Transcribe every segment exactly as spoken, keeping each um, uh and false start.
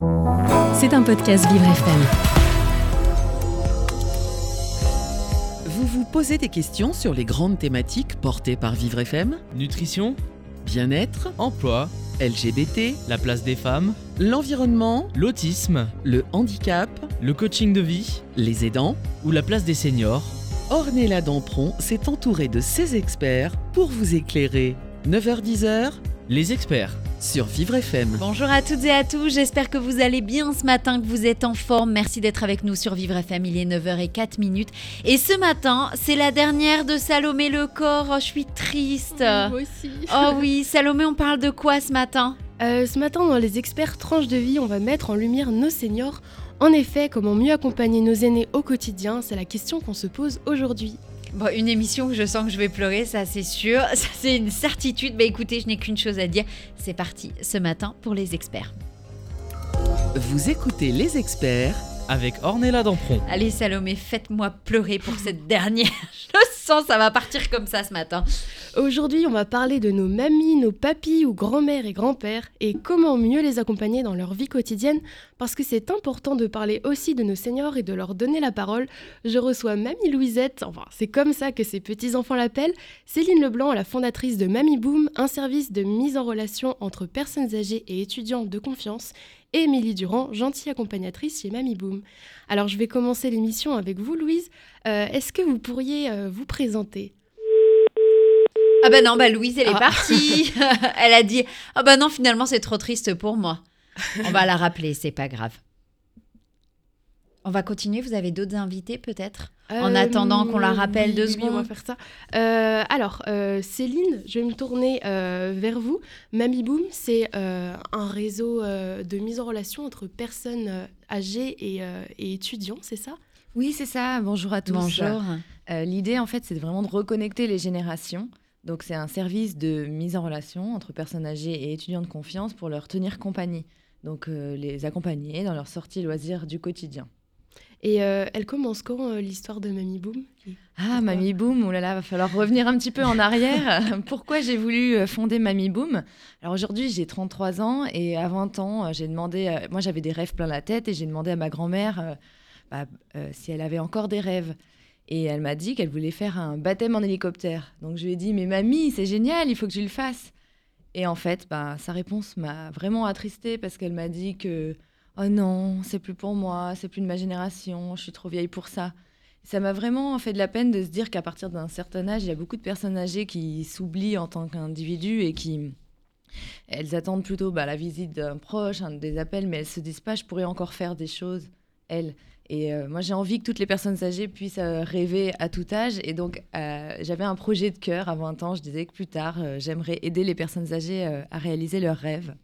C'est un podcast Vivre F M. Vous vous posez des questions sur les grandes thématiques portées par Vivre F M ? Nutrition, Bien-être, emploi, L G B T, la place des femmes, l'environnement, l'autisme, le handicap, le coaching de vie les aidants. ou la place des seniors. Ornella Dampron s'est entourée de ses experts pour vous éclairer. neuf heures dix, Les experts. sur Vivre F M. Bonjour à toutes et à tous, j'espère que vous allez bien ce matin, que vous êtes en forme. Merci d'être avec nous sur Vivre F M, il est neuf heures zéro quatre. Et ce matin, c'est la dernière de Salomé Lecor. Oh, je suis triste. Oui, moi aussi. Oh oui, Salomé, on parle de quoi ce matin ? Euh, ce matin, dans les experts tranches de vie, on va mettre en lumière nos seniors. En effet, comment mieux accompagner nos aînés au quotidien, c'est la question qu'on se pose aujourd'hui. Bon, une émission où je sens que je vais pleurer, ça c'est sûr, ça c'est une certitude. Bah écoutez, je n'ai qu'une chose à dire, c'est parti ce matin pour les experts. Vous écoutez les experts Avec Ornella Dampron. Allez Salomé, faites-moi pleurer pour cette dernière. Je le sens, ça va partir comme ça ce matin. Aujourd'hui, on va parler de nos mamies, nos papis ou grand-mères et grands-pères et comment mieux les accompagner dans leur vie quotidienne parce que c'est important de parler aussi de nos seniors et de leur donner la parole. Je reçois Mamie Louisette, enfin c'est comme ça que ses petits-enfants l'appellent, Céline Leblanc, la fondatrice de Mamie Boom, un service de mise en relation entre personnes âgées et étudiants de confiance, et Émilie Durand, gentille accompagnatrice chez Mamie Boom. Alors je vais commencer l'émission avec vous Louise. Euh, est-ce que vous pourriez euh, vous présenter ? Ah bah non, bah Louise, elle est Ah. partie. Elle a dit, ah bah non, finalement, c'est trop triste pour moi. On va la rappeler, c'est pas grave. On va continuer, vous avez d'autres invités peut-être ? En attendant qu'on la rappelle oui, deux oui, oui, on va secondes. faire ça. Euh, alors, euh, Céline, je vais me tourner euh, vers vous. Mamie Boom, c'est euh, un réseau euh, de mise en relation entre personnes euh, âgées et, euh, et étudiants, c'est ça ? Oui, c'est ça. Bonjour à tous. Bonjour. Euh, l'idée, en fait, c'est vraiment de reconnecter les générations. Donc, c'est un service de mise en relation entre personnes âgées et étudiants de confiance pour leur tenir compagnie. Donc, euh, les accompagner dans leurs sorties loisirs du quotidien. Et euh, elle commence quand, euh, l'histoire de Mamie Boom ? Ah, Pourquoi Mamie Boom, oh là là, va falloir revenir un petit peu en arrière. Pourquoi j'ai voulu euh, fonder Mamie Boom ? Alors aujourd'hui, j'ai trente-trois ans et à vingt ans, euh, j'ai demandé, euh, moi j'avais des rêves plein la tête et j'ai demandé à ma grand-mère euh, bah, euh, si elle avait encore des rêves. Et elle m'a dit qu'elle voulait faire un baptême en hélicoptère. Donc je lui ai dit, mais mamie, c'est génial, il faut que je le fasse. Et en fait, bah, sa réponse m'a vraiment attristée parce qu'elle m'a dit que oh non, c'est plus pour moi, c'est plus de ma génération, je suis trop vieille pour ça. Ça m'a vraiment fait de la peine de se dire qu'à partir d'un certain âge, il y a beaucoup de personnes âgées qui s'oublient en tant qu'individus et qui elles attendent plutôt bah, la visite d'un proche, un, des appels, mais elles se disent pas je pourrais encore faire des choses, elles. Et euh, moi, j'ai envie que toutes les personnes âgées puissent euh, rêver à tout âge. Et donc, euh, j'avais un projet de cœur à vingt ans. Je disais que plus tard, euh, j'aimerais aider les personnes âgées euh, à réaliser leurs rêves.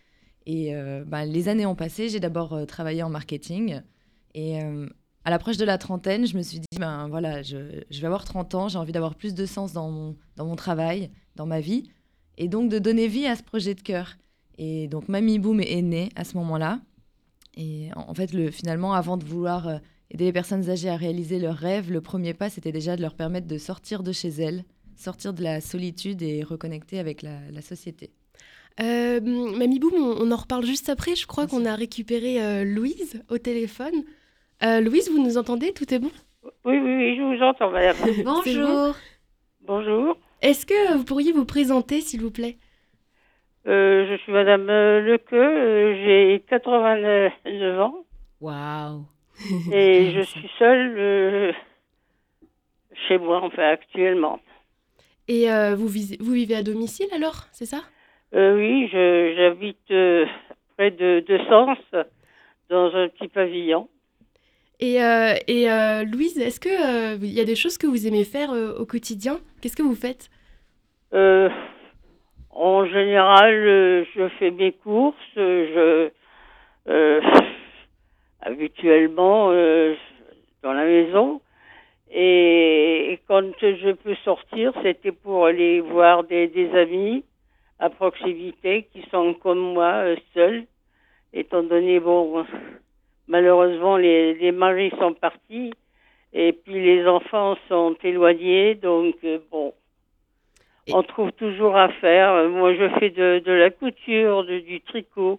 Et euh, bah, les années ont passé. J'ai d'abord euh, travaillé en marketing. Et euh, à l'approche de la trentaine, je me suis dit, ben voilà, je, je vais avoir trente ans. J'ai envie d'avoir plus de sens dans mon, dans mon travail, dans ma vie. Et donc, de donner vie à ce projet de cœur. Et donc, Mamie Boom est née à ce moment-là. Et en fait, le, finalement, avant de vouloir euh, aider les personnes âgées à réaliser leurs rêves, le premier pas, c'était déjà de leur permettre de sortir de chez elles, sortir de la solitude et reconnecter avec la, la société. Euh, Mamie Boom, on, on en reparle juste après. Je crois Bien qu'on a récupéré euh, Louise au téléphone. Euh, Louise, vous nous entendez ? Tout est bon ? Oui, oui, oui, je vous entends, madame. Bonjour. Bonjour. Est-ce que vous pourriez vous présenter, s'il vous plaît ? Euh, je suis madame euh, Lequeux, euh, j'ai quatre-vingt-neuf ans Waouh. et je suis seule euh, chez moi, enfin, actuellement. Et euh, vous, vis- vous vivez à domicile alors, c'est ça ? Euh, oui, je, j'habite euh, près de, de Sens, dans un petit pavillon. Et, euh, et euh, Louise, est-ce qu'il euh, y a des choses que vous aimez faire euh, au quotidien ? Qu'est-ce que vous faites ? Euh, en général, euh, je fais mes courses, euh, je... Euh, habituellement euh, dans la maison. Et, et quand je peux sortir, c'était pour aller voir des, des amis à proximité qui sont comme moi, euh, seuls, étant donné, bon, malheureusement, les, les maris sont partis et puis les enfants sont éloignés, donc, euh, bon, Et- on trouve toujours à faire. Moi, je fais de, de la couture, de, du tricot.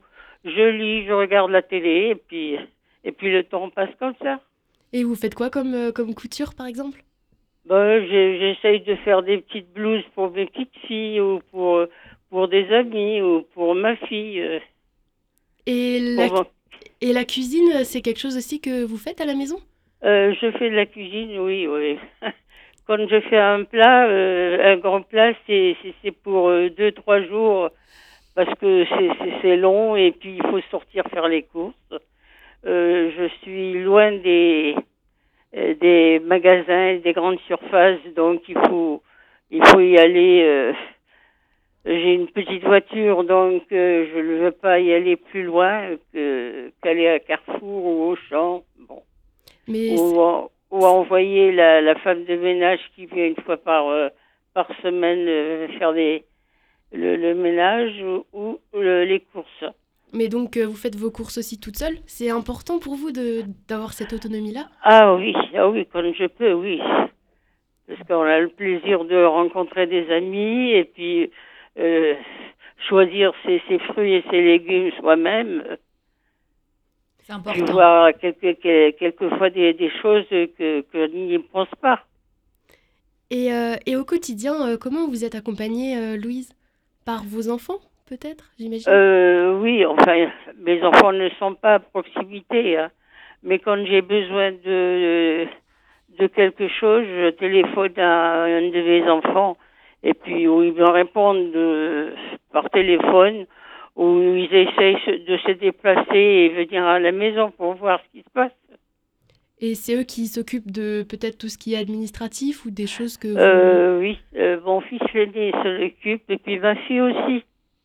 je lis, je regarde la télé, et puis, et puis le temps passe comme ça. Et vous faites quoi comme, euh, comme couture, par exemple? Ben, j'ai- j'essaye de faire des petites blouses pour mes petites filles, ou pour, pour des amis, ou pour ma fille. euh, Et la, pour- et la cuisine, euh, c'est quelque chose aussi que vous faites à la maison? Euh, je fais de la cuisine, oui, oui. Quand je fais un plat, euh, un grand plat, c'est c'est c'est pour euh, deux, trois jours, parce que c'est c'est c'est long, et puis il faut sortir faire les courses. Euh, je suis loin des euh, des magasins, des grandes surfaces, donc il faut il faut y aller. euh, J'ai une petite voiture, donc euh, je ne veux pas y aller plus loin que qu'aller à Carrefour ou Auchan. Bon. Mais Ou, en- ou envoyer la, la femme de ménage qui vient une fois par, euh, par semaine euh, faire des, le, le ménage, ou, ou le- les courses. Mais donc, euh, vous faites vos courses aussi toute seule? C'est important pour vous de d'avoir cette autonomie-là? Ah oui, ah oui, quand je peux, oui. Parce qu'on a le plaisir de rencontrer des amis, et puis euh, choisir ses, ses fruits et ses légumes soi-même. C'est Puis important. voir quelques, que- quelquefois des, des choses que, que n'y pense pas. Et, euh, et au quotidien, euh, comment vous êtes accompagnée, euh, Louise? Par vos enfants, peut-être, j'imagine? Euh, oui, enfin, mes enfants ne sont pas à proximité, hein. Mais quand j'ai besoin de, de quelque chose, je téléphone à un de mes enfants, et puis où ils me répondent de- par téléphone, où ils essayent se- de se déplacer et venir à la maison pour voir ce qui se passe. Et c'est eux qui s'occupent de peut-être tout ce qui est administratif ou des choses que vous... Euh, oui, euh, mon fils l'aîné s'en occupe, et puis ma fille aussi.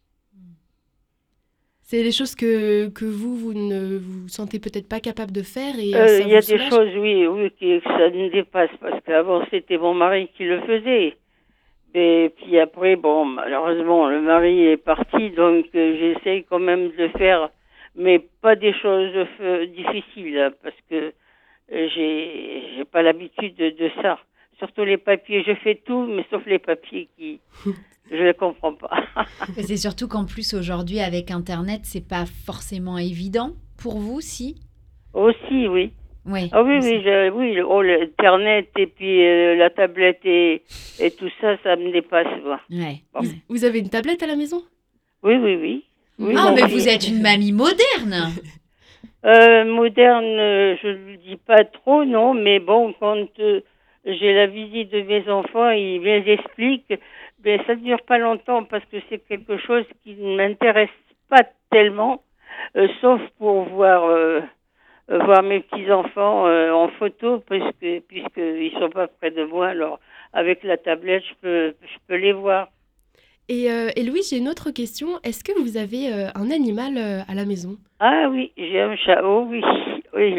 C'est des choses que, que vous, vous ne vous sentez peut-être pas capable de faire et euh, Euh, ça Il y a vous des soulage? choses, oui, oui, qui, que ça me dépasse, parce qu'avant c'était mon mari qui le faisait. Et puis après, bon, malheureusement, le mari est parti, donc euh, j'essaye quand même de le faire, mais pas des choses euh, difficiles, hein, parce que euh, j'ai j'ai pas l'habitude de, de ça. Surtout les papiers, je fais tout, mais sauf les papiers qui, je ne comprends pas. Mais c'est surtout qu'en plus aujourd'hui avec Internet, c'est pas forcément évident pour vous, si? Aussi, oui. Oui. Ah oui, oui, je- oui, le- oh, l'internet et puis euh, la tablette et, et tout ça, ça me dépasse, moi. Ouais. Bon. Vous, vous avez une tablette à la maison? Oui, oui, oui. Oui, Ah, mon mais fils. vous êtes une mamie moderne. Euh, moderne, euh, je ne le dis pas trop, non, mais bon, quand euh, j'ai la visite de mes enfants, ils me les expliquent, ben, ça ne dure pas longtemps parce que c'est quelque chose qui ne m'intéresse pas tellement, euh, sauf pour voir, euh, euh, voir mes petits-enfants euh, en photo, parce que, puisqu'ils ne sont pas près de moi, alors avec la tablette, je peux, je peux les voir. Et, euh, et Louise, j'ai une autre question. Est-ce que vous avez euh, un animal euh, à la maison? Ah oui, j'ai un chat, oh oui, oui.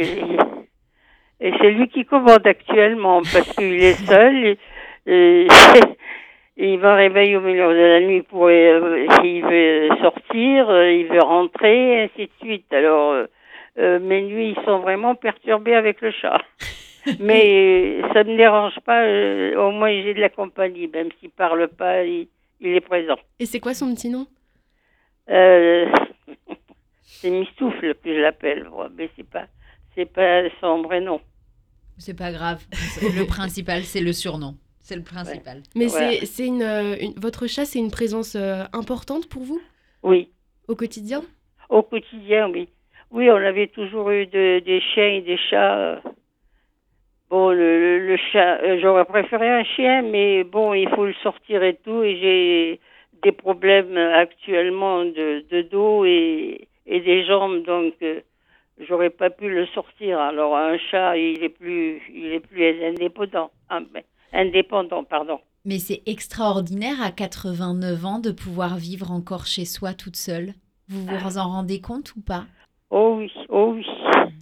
Et c'est lui qui commande actuellement parce qu'il est seul. Et, et il me réveille au milieu de la nuit pour euh, il veut sortir, euh, il veut rentrer, ainsi de suite. Alors euh, euh, mes nuits ils sont vraiment perturbées avec le chat. Mais euh, ça me dérange pas. euh, au moins j'ai de la compagnie, même s'il parle pas, il, il est présent. Et c'est quoi son petit nom? Euh, c'est Mistoufle que je l'appelle, moi, mais c'est pas c'est pas son vrai nom. C'est pas grave. Le principal, c'est le surnom. C'est le principal. Mais Voilà. c'est, c'est une, euh, une- votre chat, c'est une présence euh, importante pour vous Oui. au quotidien? Au quotidien, oui. Oui, on avait toujours eu de- des chiens et des chats. euh. Bon, le, le, le chat, euh, j'aurais préféré un chien, mais bon, il faut le sortir et tout. Et j'ai des problèmes actuellement de, de dos et, et des jambes, donc euh, j'aurais pas pu le sortir. Alors un chat, il est plus, il est plus indépendant. Ah, ben, indépendant, pardon. Mais c'est extraordinaire à quatre-vingt-neuf ans de pouvoir vivre encore chez soi toute seule. Vous vous en rendez compte ou pas? Oh oui, oh oui.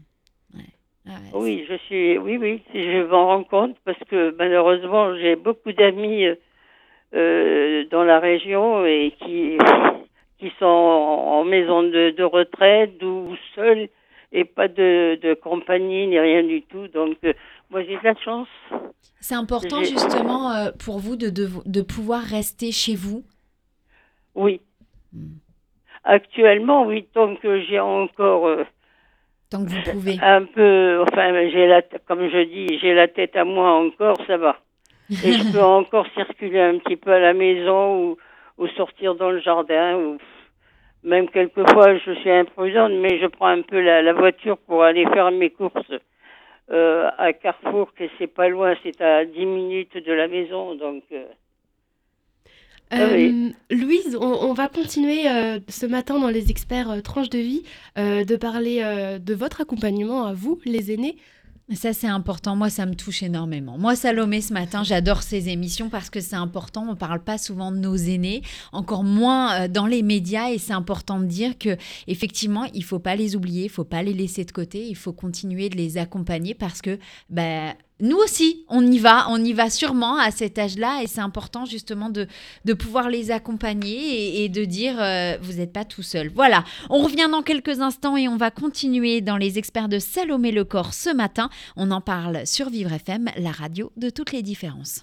Ah ouais, Oui, je suis, oui, oui, je m'en rends compte parce que malheureusement, j'ai beaucoup d'amis euh, euh, dans la région et qui, qui sont en maison de, de retraite ou seuls et pas de, de compagnie ni rien du tout. Donc, euh, moi, j'ai de la chance. c'est important J'ai- justement euh, pour vous de, de, de pouvoir rester chez vous. Oui. Mm. actuellement, oui, tant que j'ai encore euh, Tant que vous pouvez. un peu, enfin, j'ai la, t- comme je dis, j'ai la tête à moi encore, ça va. Et je peux encore circuler un petit peu à la maison ou, ou sortir dans le jardin. Ou même quelquefois, je suis imprudente, mais je prends un peu la, la voiture pour aller faire mes courses euh, à Carrefour, que c'est pas loin, c'est à dix minutes de la maison. Donc, euh, ah oui. Euh, Louise, on, on va continuer euh, ce matin dans les experts euh, tranches de vie euh, de parler euh, de votre accompagnement à vous, les aînés. Ça, c'est important. Moi, ça me touche énormément. Moi, Salomé, ce matin, j'adore ces émissions parce que c'est important. On ne parle pas souvent de nos aînés, encore moins euh, dans les médias. Et c'est important de dire que effectivement, il ne faut pas les oublier, il ne faut pas les laisser de côté. Il faut continuer de les accompagner parce que bah, nous aussi, on y va. On y va sûrement à cet âge-là. Et c'est important justement de, de pouvoir les accompagner et, et de dire euh, vous n'êtes pas tout seul. Voilà, on revient dans quelques instants et on va continuer dans les experts de Salomé Lecor ce matin. On en parle sur Vivre F M, la radio de toutes les différences.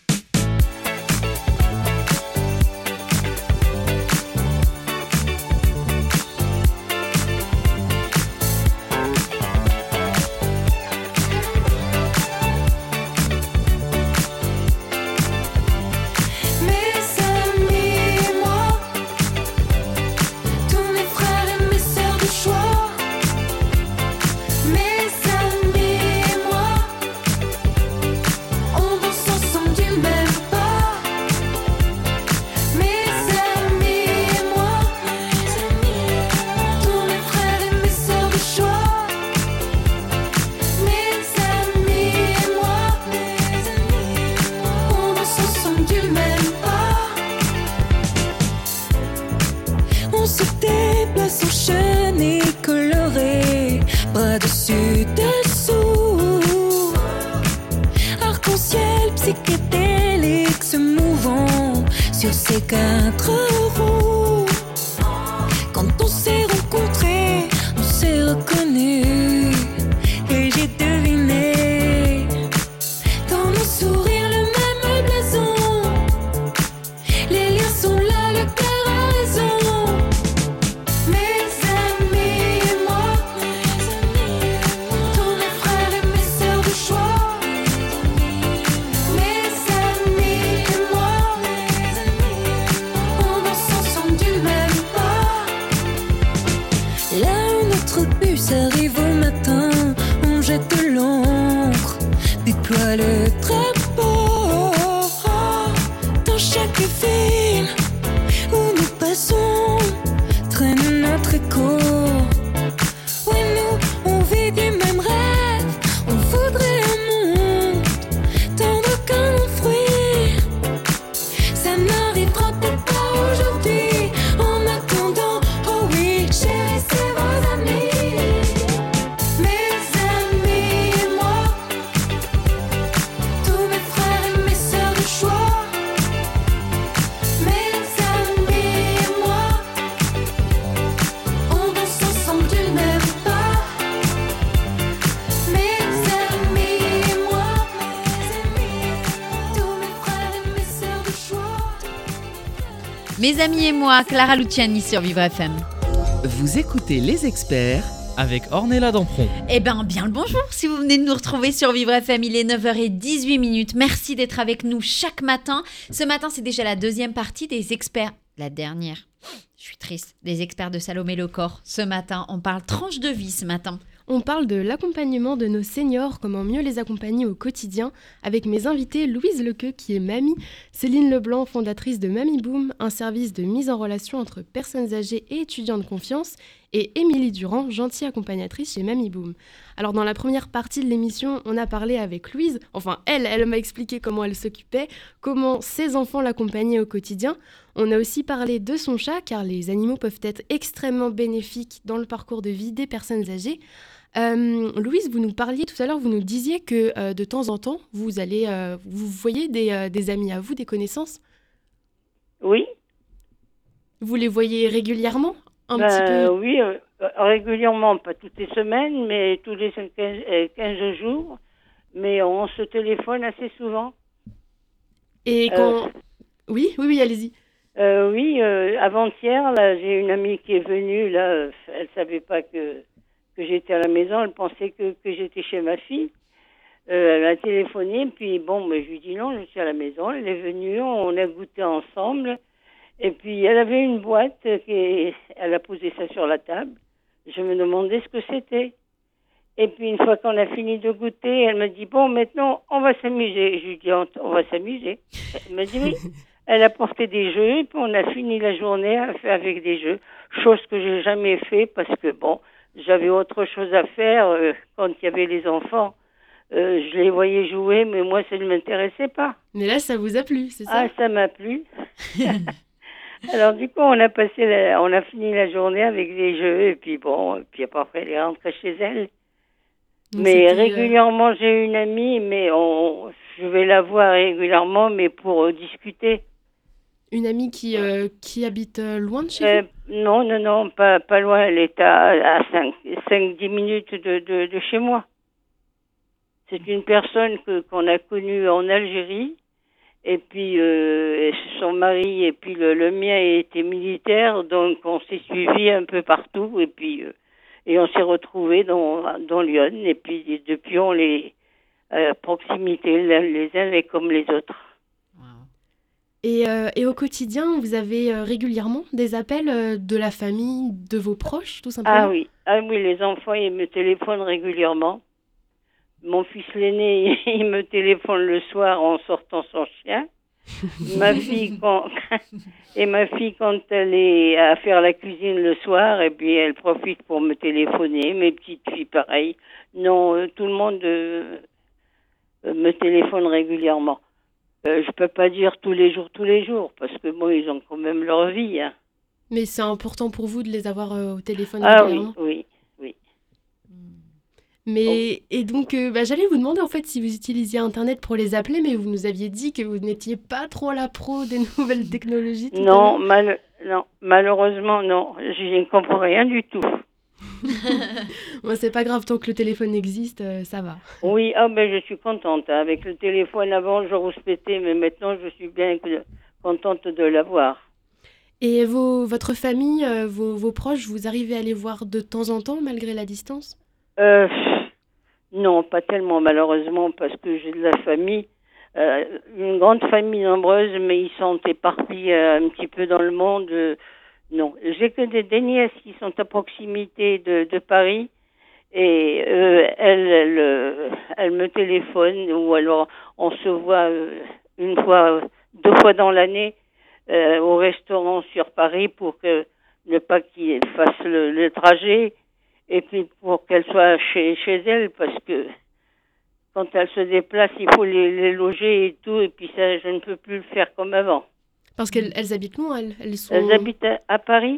Mes amis et moi, Clara Luciani sur Vivre F M. Vous écoutez Les Experts avec Ornella Dampron. Eh bien, bien le bonjour si vous venez de nous retrouver sur Vivre F M. Il est neuf heures dix-huit minutes. Merci d'être avec nous chaque matin. Ce matin, c'est déjà la deuxième partie des experts. La dernière. Je suis triste. Des experts de Salomé Lecor. Ce matin, on parle tranche de vie ce matin. On parle de l'accompagnement de nos seniors, comment mieux les accompagner au quotidien, avec mes invités Louise Lequeux qui est mamie, Céline Leblanc, fondatrice de Mamie Boom, un service de mise en relation entre personnes âgées et étudiants de confiance, et Émilie Durand, gentille accompagnatrice chez Mamie Boom. Alors dans la première partie de l'émission, on a parlé avec Louise, enfin elle, elle m'a expliqué comment elle s'occupait, comment ses enfants l'accompagnaient au quotidien. On a aussi parlé de son chat, car les animaux peuvent être extrêmement bénéfiques dans le parcours de vie des personnes âgées. Euh, Louise, vous nous parliez tout à l'heure, vous nous disiez que euh, de temps en temps, vous allez, euh, vous voyez des, euh, des amis à vous, des connaissances. Oui. Vous les voyez régulièrement, un ben, petit peu. Oui, euh, régulièrement, pas toutes les semaines, mais tous les quinze jours. Mais on se téléphone assez souvent. Et quand... Euh, Oui, oui, oui, allez-y. Euh, oui, euh, avant-hier, là, j'ai une amie qui est venue, là, euh, elle savait pas que, que j'étais à la maison, elle pensait que, que j'étais chez ma fille. Euh, elle a téléphoné, puis bon, mais je lui dis non, je suis à la maison, elle est venue, on a goûté ensemble, et puis elle avait une boîte, qui, elle a posé ça sur la table, je me demandais ce que c'était. Et puis une fois qu'on a fini de goûter, elle me dit, bon, maintenant, on va s'amuser. Je lui dis, on, on va s'amuser. Elle me dit, oui. Elle a porté des jeux, et puis on a fini la journée avec des jeux, chose que j'ai jamais fait parce que, bon, j'avais autre chose à faire euh, quand il y avait les enfants. Euh, je les voyais jouer, mais moi, ça ne m'intéressait pas. Mais là, ça vous a plu, c'est ça? Ah, ça m'a plu. Alors, du coup, on a passé, la, on a fini la journée avec des jeux, et puis bon, et puis après, elle est rentrée chez elle. Donc, Mais c'était, euh, régulièrement, j'ai une amie, mais on, je vais la voir régulièrement, mais pour euh, discuter. Une amie qui, euh, qui habite euh, loin de chez Euh, vous? non, non, non, pas, pas loin. Elle est à, à cinq dix minutes de, de, de chez moi. C'est une personne que, qu'on a connue en Algérie. Et puis, euh, son mari et puis le, le mien était militaire. Donc, on s'est suivis un peu partout. Et puis, euh, et on s'est retrouvés dans, dans Lyon. Et puis, depuis, on est à proximité, les uns comme les autres. Et, euh, et au quotidien, vous avez euh, régulièrement des appels euh, de la famille, de vos proches, tout simplement? Ah oui, ah oui, les enfants, ils me téléphonent régulièrement. Mon fils l'aîné, il me téléphone le soir en sortant son chien. Ma fille, quand, et ma fille, quand elle est à faire la cuisine le soir, et puis elle profite pour me téléphoner. Mes petites filles, pareil. Non, euh, tout le monde euh, me téléphone régulièrement. Euh, je peux pas dire tous les jours, tous les jours, parce que bon, ils ont quand même leur vie. Hein. Mais c'est important pour vous de les avoir euh, au téléphone Ah oui, régulièrement? oui, oui. Mais, et donc, euh, bah, j'allais vous demander en fait si vous utilisiez Internet pour les appeler, mais vous nous aviez dit que vous n'étiez pas trop la pro des nouvelles technologies. Tout à Non, l'heure. mal, non, malheureusement, non. Je ne comprends rien du tout. Bon, c'est pas grave, tant que le téléphone existe, euh, ça va. Oui, ah ben je suis contente. Hein. Avec le téléphone avant, je rouspétais, mais maintenant, je suis bien contente de l'avoir. Et vos, votre famille, euh, vos, vos proches, vous arrivez à les voir de temps en temps malgré la distance? Euh, non, pas tellement, malheureusement, parce que j'ai de la famille, euh, une grande famille nombreuse, mais ils sont éparpillés euh, un petit peu dans le monde. Euh, non, j'ai que des, des nièces qui sont à proximité de, de Paris. Et euh, elle, elle, euh, elle me téléphone, ou alors on se voit euh, une fois, deux fois dans l'année euh, au restaurant sur Paris pour que ne pas qu'il fasse le, le trajet et puis pour qu'elle soit chez, chez elle parce que quand elle se déplace, il faut les, les loger et tout et puis ça, je ne peux plus le faire comme avant. Parce qu'elles elles habitent loin, elles, elles sont Elles habitent à, à Paris.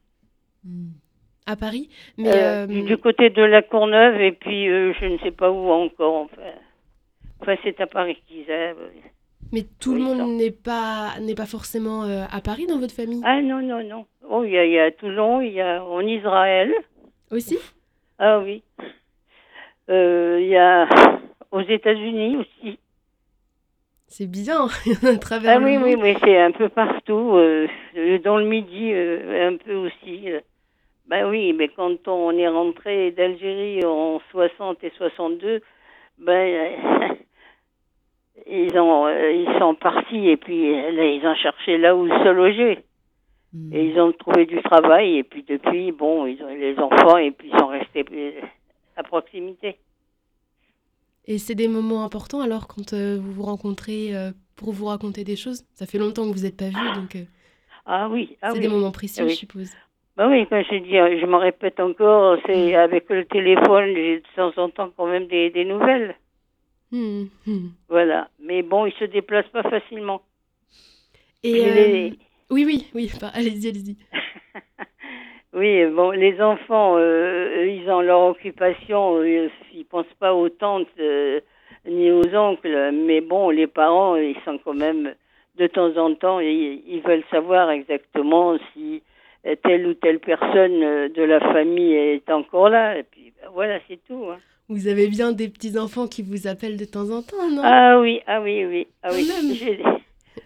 à Paris, mais Euh, euh, du, du côté de la Courneuve et puis euh, je ne sais pas où encore. Enfin, enfin c'est à Paris qu'ils aiment. mais tout oui, le monde non. n'est pas n'est pas forcément euh, à Paris dans votre famille Ah non, non, non. Oh, il y a, il y a à Toulon, il y a en Israël. aussi? Ah oui. Euh, il y a aux États-Unis aussi. C'est bien, il y en a à travers Ah le oui, monde. oui, oui, c'est un peu partout. Euh, dans le Midi, euh, un peu aussi. Ben oui, mais quand on est rentré d'Algérie en soixante et soixante-deux, ben euh, ils ont euh, ils sont partis et puis là ils ont cherché là où se loger. Hmm. Et ils ont trouvé du travail et puis depuis bon ils ont les enfants et puis ils sont restés à proximité. Et c'est des moments importants alors quand euh, vous vous rencontrez euh, pour vous raconter des choses? Ça fait longtemps que vous n'êtes pas vus, donc euh, Ah oui, ah c'est oui. des moments précieux, Ah oui. je suppose. Ben oui, quand je dis, je me répète encore, c'est avec le téléphone, j'ai de temps en temps quand même des, des nouvelles. Hmm, hmm. Voilà. Mais bon, ils se déplacent pas facilement. Et Puis euh, les- oui, oui, oui, bah, allez-y, allez-y. Oui, bon, les enfants, euh, ils ont leur occupation, euh, ils pensent pas aux tantes euh, ni aux oncles, mais bon, les parents, ils sont quand même, de temps en temps, ils, ils veulent savoir exactement si euh, telle ou telle personne euh, de la famille est encore là, et puis ben, voilà, c'est tout. Hein. Vous avez bien des petits-enfants qui vous appellent de temps en temps, non? Ah oui, ah oui, oui, ah oui. Quand même. J'ai,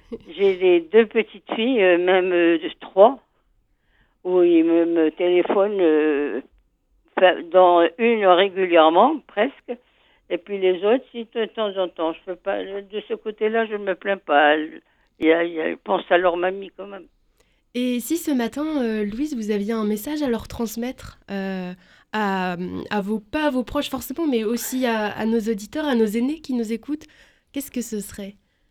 J'ai des deux petites filles, euh, même euh, trois, où ils me, me téléphonent, euh, dans une régulièrement, presque. Et puis les autres, si de temps en temps, je peux pas. De ce côté-là, je ne me plains pas. Ils ils pensent à leur mamie quand même. Et si ce matin, euh, Louise, vous aviez un message à leur transmettre, euh, à, à vos, pas à vos proches forcément, mais aussi à, à nos auditeurs, à nos aînés qui nous écoutent, qu'est-ce que ce serait ?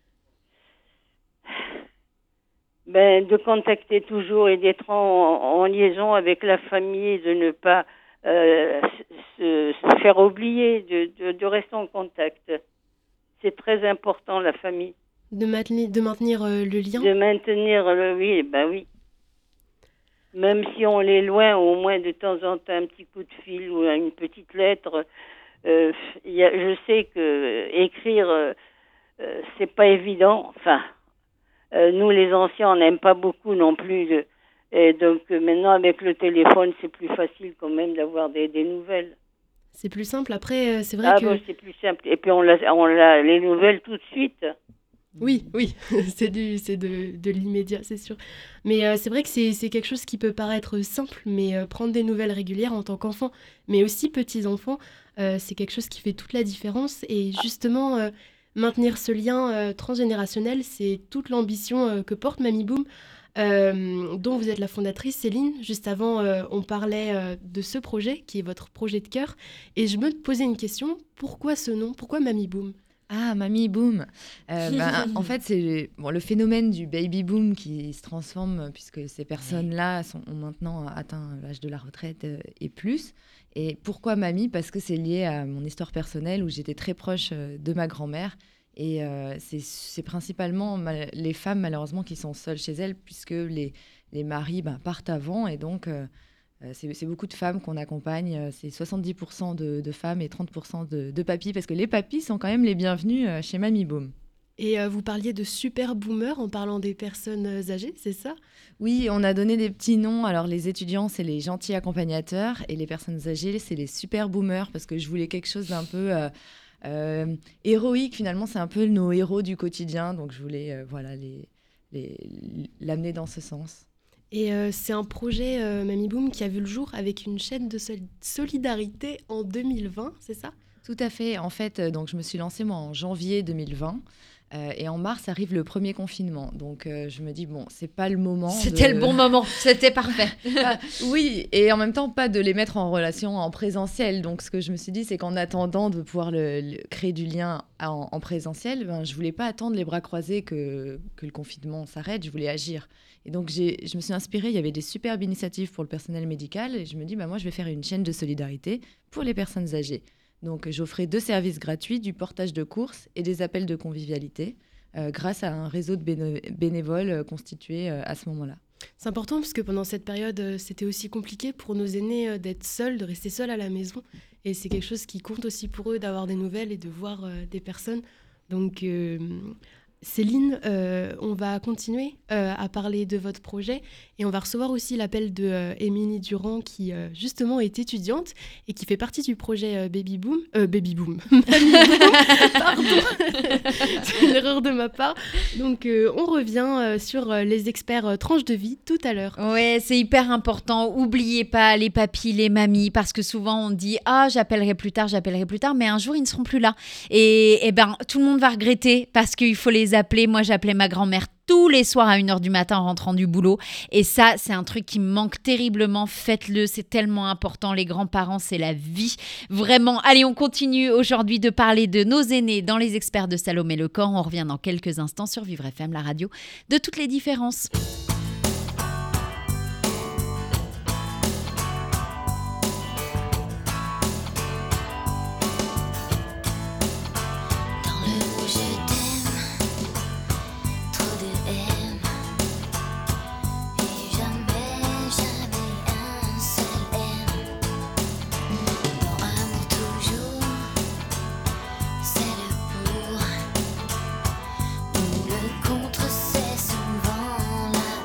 Ben, de contacter toujours et d'être en, en liaison avec la famille, de ne pas euh, se, se faire oublier, de, de, de rester en contact. C'est très important, la famille. De maintenir, de maintenir euh, le lien ? De maintenir le oui, ben oui. Même si on est loin, au moins de temps en temps, un petit coup de fil ou une petite lettre. Euh, y a, je sais que écrire, euh, euh, c'est pas évident. Enfin, euh, nous les anciens, on n'aime pas beaucoup non plus. De, et donc euh, maintenant, avec le téléphone, c'est plus facile quand même d'avoir des, des nouvelles. C'est plus simple. Après, euh, c'est vrai ah que... bon, c'est plus simple. Et puis on l'a, on l'a les nouvelles tout de suite. Oui, oui, c'est, du, c'est de, de l'immédiat, c'est sûr. Mais euh, c'est vrai que c'est, c'est quelque chose qui peut paraître simple, mais euh, prendre des nouvelles régulières en tant qu'enfant, mais aussi petits-enfants, euh, c'est quelque chose qui fait toute la différence. Et justement, euh, maintenir ce lien euh, transgénérationnel, c'est toute l'ambition euh, que porte Mamie Boom, euh, dont vous êtes la fondatrice, Céline. Juste avant, euh, on parlait euh, de ce projet, qui est votre projet de cœur. Et je me posais une question, pourquoi ce nom ? Pourquoi Mamie Boom ? Ah, Mamie Boom. Euh, ben, en fait, c'est bon, le phénomène du baby boom qui se transforme puisque ces personnes-là sont, ont maintenant atteint l'âge de la retraite euh, et plus. Et pourquoi Mamie ? Parce que c'est lié à mon histoire personnelle où j'étais très proche euh, de ma grand-mère. Et euh, c'est, c'est principalement mal- les femmes, malheureusement, qui sont seules chez elles puisque les, les maris ben, partent avant. Et donc, euh, c'est, c'est beaucoup de femmes qu'on accompagne. C'est soixante-dix pour cent de, de femmes et trente pour cent de, de papis, parce que les papis sont quand même les bienvenus chez Mamie Boom. Et euh, vous parliez de super boomers en parlant des personnes âgées, c'est ça ? Oui, on a donné des petits noms. Alors, les étudiants, c'est les gentils accompagnateurs, et les personnes âgées, c'est les super boomers, parce que je voulais quelque chose d'un peu euh, euh, héroïque. Finalement, c'est un peu nos héros du quotidien, donc je voulais euh, voilà, les, les, l'amener dans ce sens. Et euh, c'est un projet euh, Mamie Boom qui a vu le jour avec une chaîne de sol- solidarité en deux mille vingt, c'est ça ? Tout à fait. En fait, euh, donc, je me suis lancée moi, en janvier deux mille vingt. Euh, et en mars arrive le premier confinement. Donc euh, je me dis, bon, c'est pas le moment. C'était de... le bon moment, c'était parfait. ah, oui, et en même temps, pas de les mettre en relation en présentiel. Donc ce que je me suis dit, c'est qu'en attendant de pouvoir le, le, créer du lien en, en présentiel, ben, je voulais pas attendre les bras croisés que, que le confinement s'arrête, je voulais agir. Et donc j'ai, je me suis inspirée, il y avait des superbes initiatives pour le personnel médical, et je me dis, ben, moi je vais faire une chaîne de solidarité pour les personnes âgées. Donc, j'offrais deux services gratuits, du portage de courses et des appels de convivialité, euh, grâce à un réseau de béné- bénévoles euh, constitué euh, à ce moment-là. C'est important parce que pendant cette période, euh, c'était aussi compliqué pour nos aînés euh, d'être seuls, de rester seuls à la maison. Et c'est quelque chose qui compte aussi pour eux d'avoir des nouvelles et de voir euh, des personnes. Donc, euh, Céline, euh, on va continuer euh, à parler de votre projet et on va recevoir aussi l'appel de euh, Émilie Durand qui euh, justement est étudiante et qui fait partie du projet euh, Baby Boom. Euh, Baby Boom. Mamie Boom. Pardon. C'est une erreur de ma part. Donc euh, on revient euh, sur euh, les experts euh, tranches de vie tout à l'heure. Ouais, c'est hyper important. Oubliez pas les papis, les mamies, parce que souvent on dit ah j'appellerai plus tard, j'appellerai plus tard, mais un jour ils ne seront plus là. Et, et ben tout le monde va regretter parce qu'il faut les appeler. Moi j'appelais ma grand-mère tous les soirs à une heure du matin en rentrant du boulot. Et ça, c'est un truc qui me manque terriblement. Faites-le, c'est tellement important. Les grands-parents, c'est la vie. Vraiment. Allez, on continue aujourd'hui de parler de nos aînés dans les experts de Salomé Lecor. On revient dans quelques instants sur Vivre F M, la radio de toutes les différences. Contre, c'est souvent la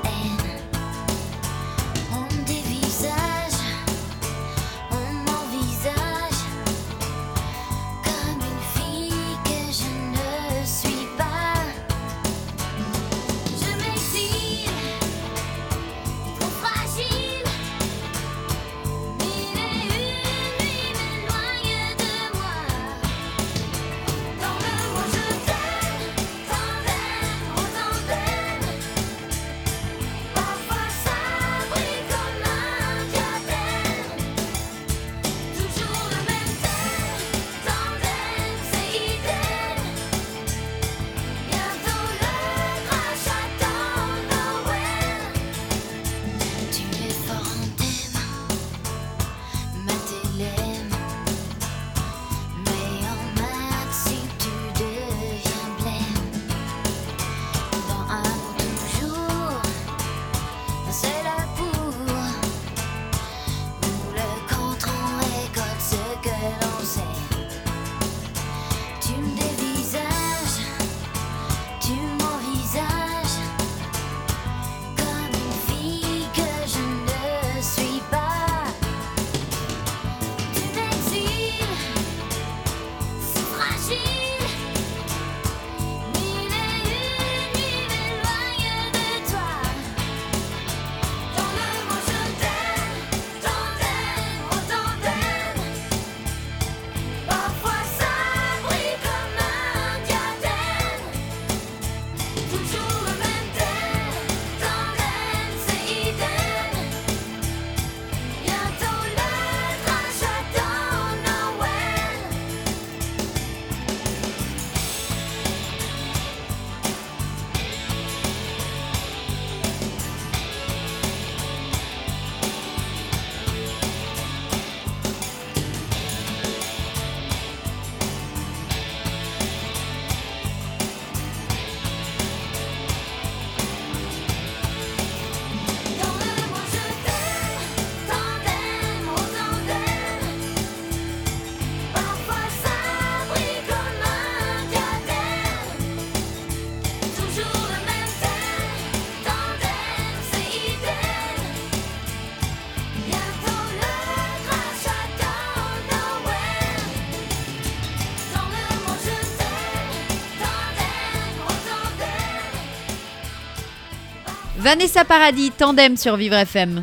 Vanessa Paradis, Tandem sur Vivre F M.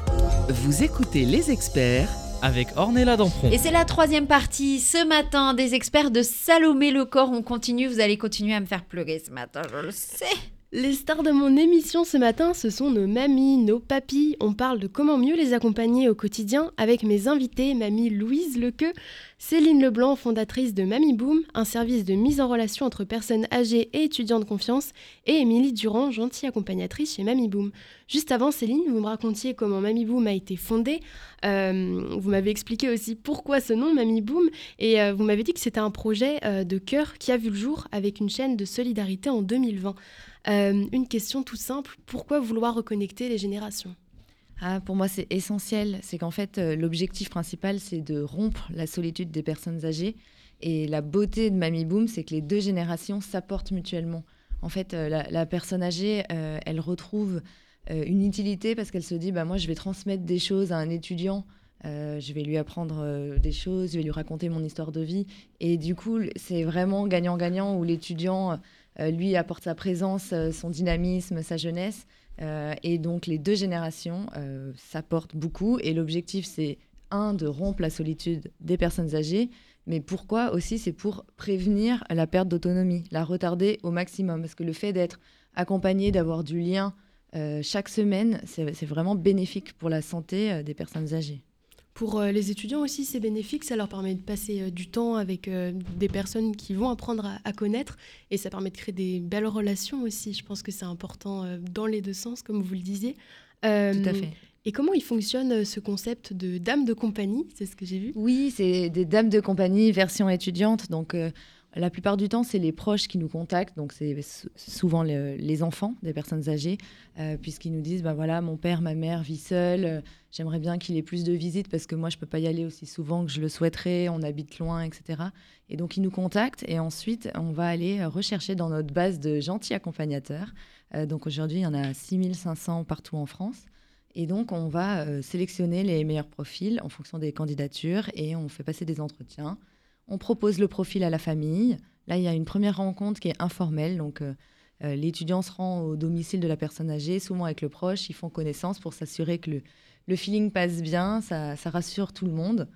Vous écoutez Les Experts avec Ornella Dampron. Et c'est la troisième partie ce matin des experts de Salomé Lecor. On continue, vous allez continuer à me faire pleurer ce matin, je le sais. Les stars de mon émission ce matin, ce sont nos mamies, nos papis. On parle de comment mieux les accompagner au quotidien avec mes invités, mamie Louise Lequeux, Céline Leblanc, fondatrice de Mamie Boom, un service de mise en relation entre personnes âgées et étudiants de confiance, et Émilie Durand, gentille accompagnatrice chez Mamie Boom. Juste avant, Céline, vous me racontiez comment Mamie Boom a été fondée. Euh, vous m'avez expliqué aussi pourquoi ce nom, Mamie Boom, et euh, vous m'avez dit que c'était un projet euh, de cœur qui a vu le jour avec une chaîne de solidarité en deux mille vingt. Euh, une question toute simple, pourquoi vouloir reconnecter les générations ? Ah, pour moi, c'est essentiel. C'est qu'en fait, euh, l'objectif principal, c'est de rompre la solitude des personnes âgées. Et la beauté de Mamie Boom, c'est que les deux générations s'apportent mutuellement. En fait, euh, la, la personne âgée, euh, elle retrouve euh, une utilité parce qu'elle se dit, bah, moi, je vais transmettre des choses à un étudiant. Euh, je vais lui apprendre euh, des choses, je vais lui raconter mon histoire de vie. Et du coup, c'est vraiment gagnant-gagnant où l'étudiant... Euh, lui apporte sa présence, euh, son dynamisme, sa jeunesse. Euh, et donc, les deux générations euh, s'apportent beaucoup. Et l'objectif, c'est, un, de rompre la solitude des personnes âgées. Mais pourquoi aussi ? C'est pour prévenir la perte d'autonomie, la retarder au maximum. Parce que le fait d'être accompagné, d'avoir du lien euh, chaque semaine, c'est, c'est vraiment bénéfique pour la santé euh, des personnes âgées. Pour euh, les étudiants aussi, c'est bénéfique, ça leur permet de passer euh, du temps avec euh, des personnes qui vont apprendre à, à connaître et ça permet de créer des belles relations aussi. Je pense que c'est important euh, dans les deux sens, comme vous le disiez. Euh, Tout à fait. Et comment il fonctionne euh, ce concept de dame de compagnie ? C'est ce que j'ai vu. Oui, c'est des dames de compagnie version étudiante. Donc, euh, la plupart du temps, c'est les proches qui nous contactent. Donc, c'est s- souvent le- les enfants des personnes âgées, euh, puisqu'ils nous disent, bah voilà, mon père, ma mère vit seul. euh, J'aimerais bien qu'il ait plus de visites parce que moi, je ne peux pas y aller aussi souvent que je le souhaiterais. On habite loin, et cetera. Et donc, ils nous contactent. Et ensuite, on va aller rechercher dans notre base de gentils accompagnateurs. Euh, donc, aujourd'hui, il y en a six mille cinq cents partout en France. Et donc, on va euh, sélectionner les meilleurs profils en fonction des candidatures et on fait passer des entretiens. On propose le profil à la famille. Là, il y a une première rencontre qui est informelle. Donc, euh, euh, l'étudiant se rend au domicile de la personne âgée, souvent avec le proche. Ils font connaissance pour s'assurer que le, le feeling passe bien. Ça, ça rassure tout le monde.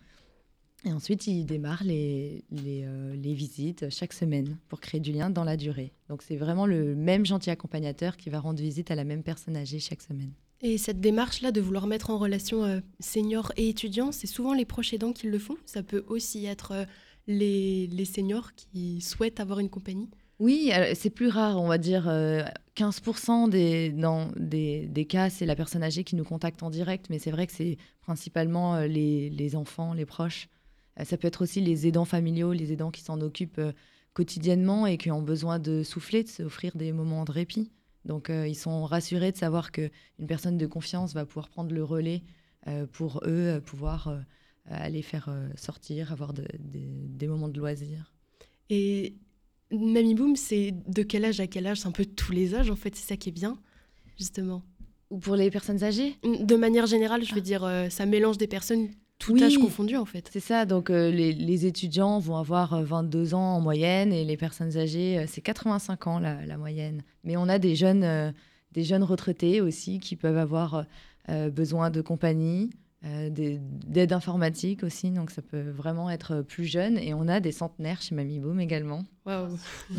Et ensuite, ils démarrent les, les, euh, les visites chaque semaine pour créer du lien dans la durée. Donc, c'est vraiment le même gentil accompagnateur qui va rendre visite à la même personne âgée chaque semaine. Et cette démarche-là de vouloir mettre en relation euh, seniors et étudiants, c'est souvent les proches aidants qui le font. Ça peut aussi être euh, les, les seniors qui souhaitent avoir une compagnie. Oui, euh, c'est plus rare, on va dire euh, quinze pour cent des, dans des, des cas, c'est la personne âgée qui nous contacte en direct, mais c'est vrai que c'est principalement euh, les, les enfants, les proches. Euh, ça peut être aussi les aidants familiaux, les aidants qui s'en occupent euh, quotidiennement et qui ont besoin de souffler, de s'offrir des moments de répit. Donc, euh, ils sont rassurés de savoir qu'une personne de confiance va pouvoir prendre le relais euh, pour eux, euh, pouvoir euh, aller faire euh, sortir, avoir de, de, des moments de loisirs. Et Mamie Boom, c'est de quel âge à quel âge ? C'est un peu tous les âges, en fait, c'est ça qui est bien, justement. Ou pour les personnes âgées ? De manière générale, je veux Ah. dire, euh, ça mélange des personnes, tout Oui. âge confondu, en fait. C'est ça, donc euh, les, les étudiants vont avoir euh, vingt-deux ans en moyenne et les personnes âgées, euh, c'est quatre-vingt-cinq ans la, la moyenne. Mais on a des jeunes, euh, des jeunes retraités aussi qui peuvent avoir euh, besoin de compagnie, euh, des- d'aide informatique aussi, donc ça peut vraiment être plus jeune. Et on a des centenaires chez Mamie Boom également. Waouh.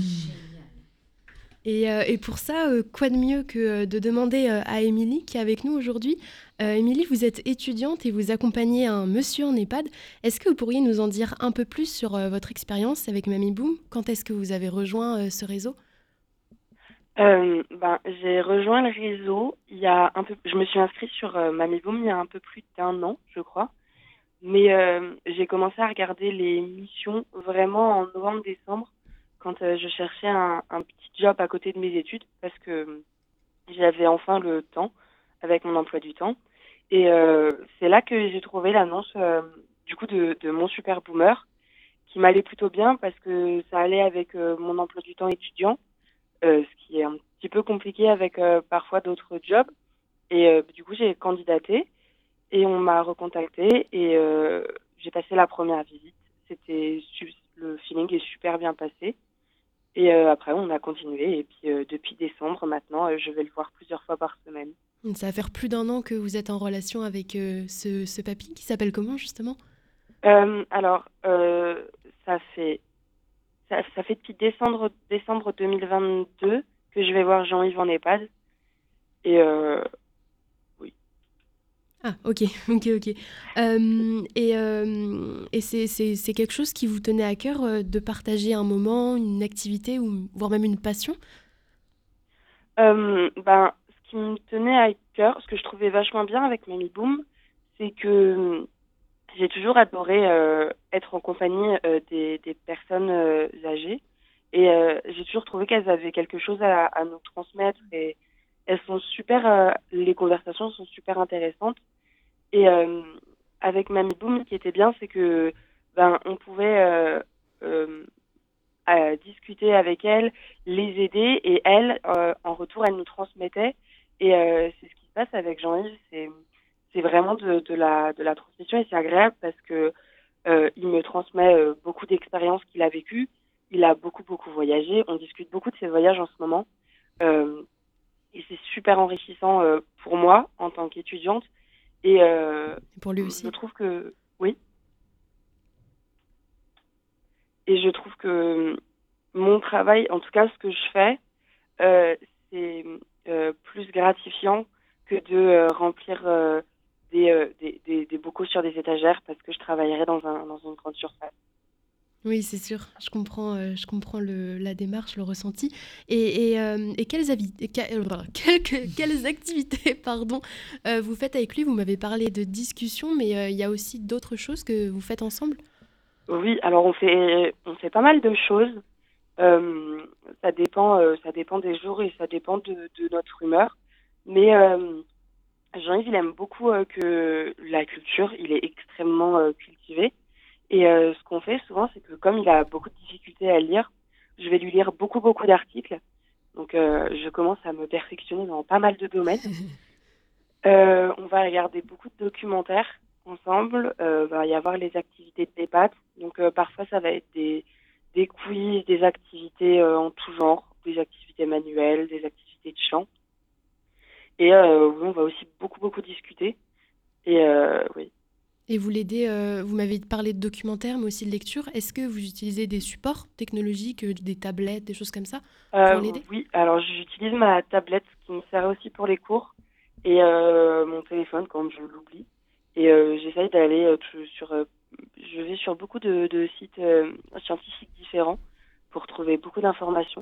Et, euh, et pour ça, euh, quoi de mieux que euh, de demander euh, à Émilie, qui est avec nous aujourd'hui. Euh, Émilie, vous êtes étudiante et vous accompagnez un monsieur en EHPAD. Est-ce que vous pourriez nous en dire un peu plus sur euh, votre expérience avec Mamie Boom ? Quand est-ce que vous avez rejoint euh, ce réseau ? Euh, ben, j'ai rejoint le réseau il y a un peu. Je me suis inscrite sur euh, Mamie Boom il y a un peu plus d'un an, je crois. Mais euh, j'ai commencé à regarder les missions vraiment en novembre-décembre quand euh, je cherchais un, un petit job à côté de mes études parce que euh, j'avais enfin le temps avec mon emploi du temps. Et euh, c'est là que j'ai trouvé l'annonce euh, du coup de, de mon super boomer qui m'allait plutôt bien parce que ça allait avec euh, mon emploi du temps étudiant. Euh, ce qui est un petit peu compliqué avec euh, parfois d'autres jobs. Et euh, du coup, j'ai candidaté et on m'a recontacté et euh, j'ai passé la première visite. C'était su- le feeling est super bien passé Et euh, après, on a continué. Et puis, euh, depuis décembre, maintenant, euh, je vais le voir plusieurs fois par semaine. Ça va faire plus d'un an que vous êtes en relation avec euh, ce, ce papy qui s'appelle comment justement? Euh, alors, euh, ça fait ça, ça fait depuis décembre, décembre deux mille vingt-deux que je vais voir Jean-Yves en EHPAD. Et euh, oui. Ah, ok, ok, ok. Euh, et euh, et c'est, c'est, c'est quelque chose qui vous tenait à cœur euh, de partager un moment, une activité, ou voire même une passion? Euh, ben, ce qui me tenait à cœur, ce que je trouvais vachement bien avec Mamie Boom, c'est que euh, j'ai toujours adoré euh, être en compagnie euh, des, des personnes euh, âgées. Et euh, j'ai toujours trouvé qu'elles avaient quelque chose à, à nous transmettre. Et elles sont super, euh, les conversations sont super intéressantes. Et euh, avec Mamie Boom, ce qui était bien, c'est que ben, on pouvait euh, euh, à discuter avec elles, les aider, et elles, euh, en retour, elles nous transmettaient. Et euh, c'est ce qui se passe avec Jean-Yves, c'est, c'est vraiment de, de, la, de la transmission, et c'est agréable parce que euh, il me transmet euh, beaucoup d'expériences qu'il a vécues. Il a beaucoup, beaucoup voyagé. On discute beaucoup de ses voyages en ce moment. Euh, et c'est super enrichissant euh, pour moi, en tant qu'étudiante. Et euh, Et pour lui aussi. je trouve que... Oui. Et je trouve que mon travail, en tout cas ce que je fais, euh, c'est euh, plus gratifiant que de euh, remplir euh, des, euh, des, des, des bocaux sur des étagères parce que je travaillerais dans, un, dans une grande surface. Oui, c'est sûr. Je comprends, euh, je comprends le, la démarche, le ressenti. Et, et, euh, et quelles, avi- et que- euh, quelques- quelles activités pardon, euh, vous faites avec lui? Vous m'avez parlé de discussion, mais euh, il y a aussi d'autres choses que vous faites ensemble? Oui, alors on fait, on fait pas mal de choses. Euh, ça dépend, euh, ça dépend des jours et ça dépend de, de notre humeur. Mais euh, Jean-Yves, il aime beaucoup euh, que la culture, il est extrêmement euh, cultivé. Et euh, ce qu'on fait souvent, c'est que comme il a beaucoup de difficultés à lire, je vais lui lire beaucoup, beaucoup d'articles. Donc, euh, je commence à me perfectionner dans pas mal de domaines. Euh, on va regarder beaucoup de documentaires ensemble. Euh, va y avoir les activités de débat. Donc, euh, parfois, ça va être des, des quiz, des activités euh, en tout genre, des activités manuelles, des activités de chant. Et euh, oui, on va aussi beaucoup, beaucoup discuter. Et euh, oui. Et vous l'aidez, euh, vous m'avez parlé de documentaires, mais aussi de lecture. Est-ce que vous utilisez des supports technologiques, euh, des tablettes, des choses comme ça, pour Euh, l'aider? oui, alors j'utilise ma tablette qui me sert aussi pour les cours et euh, mon téléphone quand je l'oublie. Et euh, j'essaye d'aller euh, tout- sur... euh, je vais sur beaucoup de, de sites euh, scientifiques différents pour trouver beaucoup d'informations.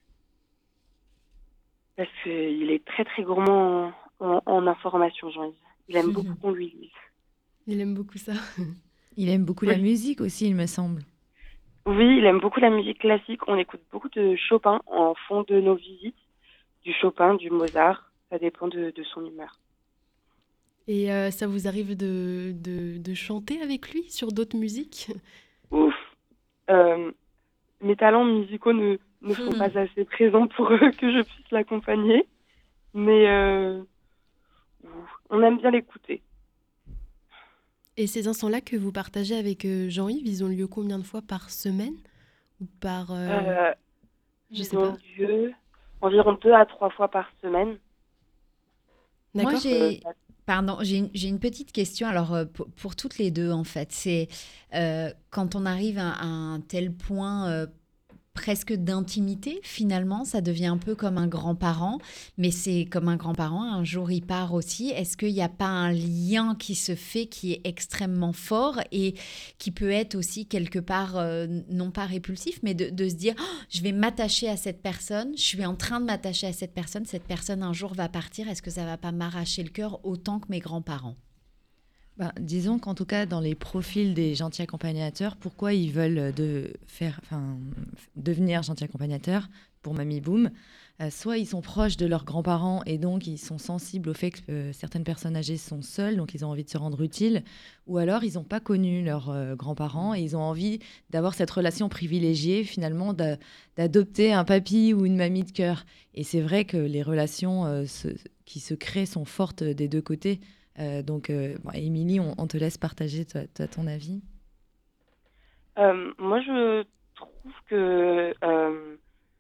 Parce qu'il est très très gourmand en, en, en informations, Jean-Yves. Il aime beaucoup qu'on lui lise. Il aime beaucoup ça. Il aime beaucoup Oui. la musique aussi, il me semble. Oui, il aime beaucoup la musique classique. On écoute beaucoup de Chopin en fond de nos visites. Du Chopin, du Mozart. Ça dépend de, de son humeur. Et euh, ça vous arrive de, de, de chanter avec lui sur d'autres musiques? Ouf. Euh, mes talents musicaux ne, ne sont Hmm. pas assez présents pour euh, que je puisse l'accompagner. Mais euh, ouf, on aime bien l'écouter. Et ces instants-là que vous partagez avec euh, Jean-Yves, ils ont lieu combien de fois par semaine? Ou par... euh, Euh, je ils sais ont pas. lieu environ deux à trois fois par semaine. Moi, D'accord? j'ai... Euh, Pardon, j'ai une, j'ai une petite question. Alors, euh, pour, pour toutes les deux, en fait, c'est euh, quand on arrive à, à un tel point euh, presque d'intimité, finalement, ça devient un peu comme un grand-parent, mais c'est comme un grand-parent, un jour il part aussi. Est-ce qu'il n'y a pas un lien qui se fait qui est extrêmement fort et qui peut être aussi quelque part, euh, non pas répulsif, mais de, de se dire, oh, je vais m'attacher à cette personne, je suis en train de m'attacher à cette personne, cette personne un jour va partir, est-ce que ça ne va pas m'arracher le cœur autant que mes grands-parents? Ben, disons qu'en tout cas, dans les profils des gentils accompagnateurs, pourquoi ils veulent de faire, enfin, devenir gentils accompagnateurs pour Mamie Boom, euh, soit ils sont proches de leurs grands-parents et donc ils sont sensibles au fait que euh, certaines personnes âgées sont seules, donc ils ont envie de se rendre utiles, ou alors ils n'ont pas connu leurs euh, grands-parents et ils ont envie d'avoir cette relation privilégiée, finalement, d'a- d'adopter un papy ou une mamie de cœur. Et c'est vrai que les relations euh, se- qui se créent sont fortes des deux côtés. Euh, donc, euh, bon, Émilie, on, on te laisse partager toi, toi, ton avis. Euh, moi, je trouve que euh,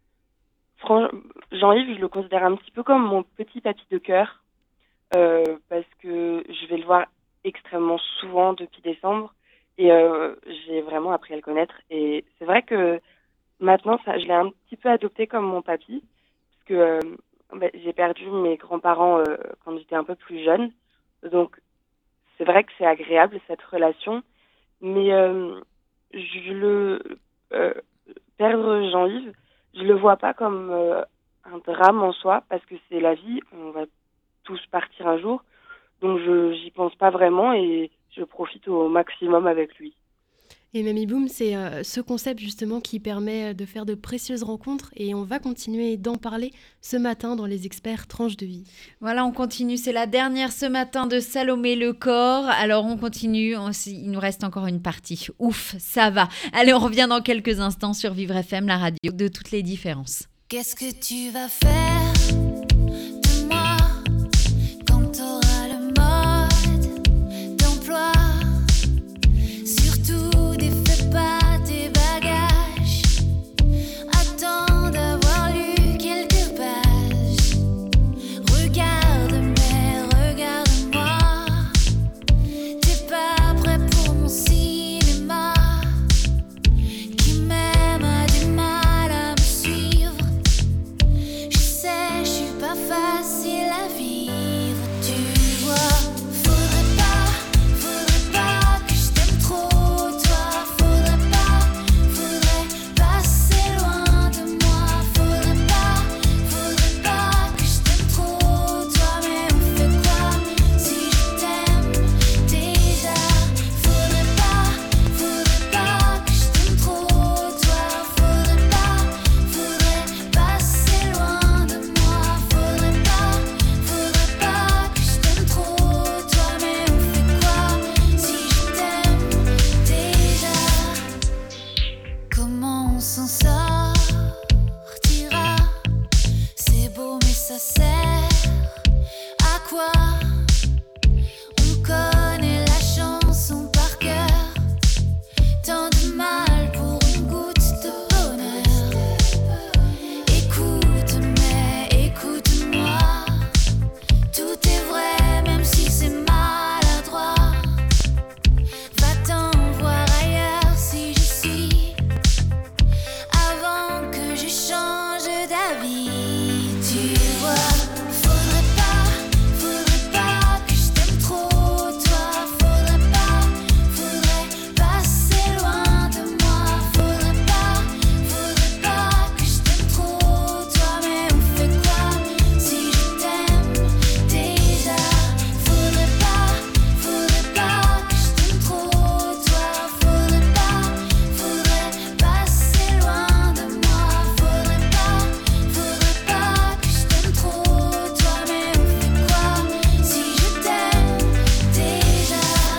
fran- Jean-Yves, je le considère un petit peu comme mon petit papy de cœur, euh, parce que je vais le voir extrêmement souvent depuis décembre, et euh, j'ai vraiment appris à le connaître. Et c'est vrai que maintenant, ça, je l'ai un petit peu adopté comme mon papy, parce que euh, bah, j'ai perdu mes grands-parents euh, quand j'étais un peu plus jeune, donc c'est vrai que c'est agréable cette relation, mais euh, je le euh, perdre Jean-Yves, je le vois pas comme euh, un drame en soi, parce que c'est la vie, on va tous partir un jour, donc je j'y pense pas vraiment et je profite au maximum avec lui. Et Mamie Boom, c'est euh, ce concept justement qui permet de faire de précieuses rencontres et on va continuer d'en parler ce matin dans les experts tranches de vie. Voilà, on continue. C'est la dernière ce matin de Salomé Lecor. Alors on continue. On, il nous reste encore une partie. Ouf, ça va. Allez, on revient dans quelques instants sur Vivre F M, la radio de toutes les différences. Qu'est-ce que tu vas faire de moi quand t'auras le mode d'emploi? Surtout défais pas tes bagages. Attends d'avoir lu quelques pages. Regarde, mais regarde-moi. T'es pas prêt pour mon cinéma. Qui même a du mal à me suivre. Je sais, je suis pas facile à vivre, tu vois. Faudrait pas, faudrait pas que je t'aime trop, toi. Faudrait pas, faudrait passer loin de moi. Faudrait pas, faudrait pas que je t'aime trop, toi. Mais on fait quoi si je t'aime déjà? Faudrait pas, faudrait pas que je t'aime trop, toi. Faudrait pas, faudrait passer loin de moi. Faudrait pas, faudrait pas que je t'aime trop, toi. Mais on fait quoi si je t'aime déjà? Comment on s'en sortira? C'est beau mais ça sert à quoi? On connaît la chanson par cœur. Tant de mal pour une goutte de bonheur. Écoute, mais écoute-moi. Tout est vrai, même si c'est maladroit. Va-t'en voir ailleurs si j'y suis. Avant que je change d'avis, tu vois. Faudrait pas, faudrait pas que je t'aime trop, toi. Faudrait pas, faudrait passer loin de moi. Faudrait pas, faudrait pas que je t'aime trop, toi. Mais on fait quoi si je t'aime déjà? Faudrait pas, faudrait pas que je t'aime trop, toi. Faudrait pas, faudrait passer loin de moi. Faudrait pas, faudrait pas que je t'aime trop, toi. Mais on fait quoi si je t'aime déjà?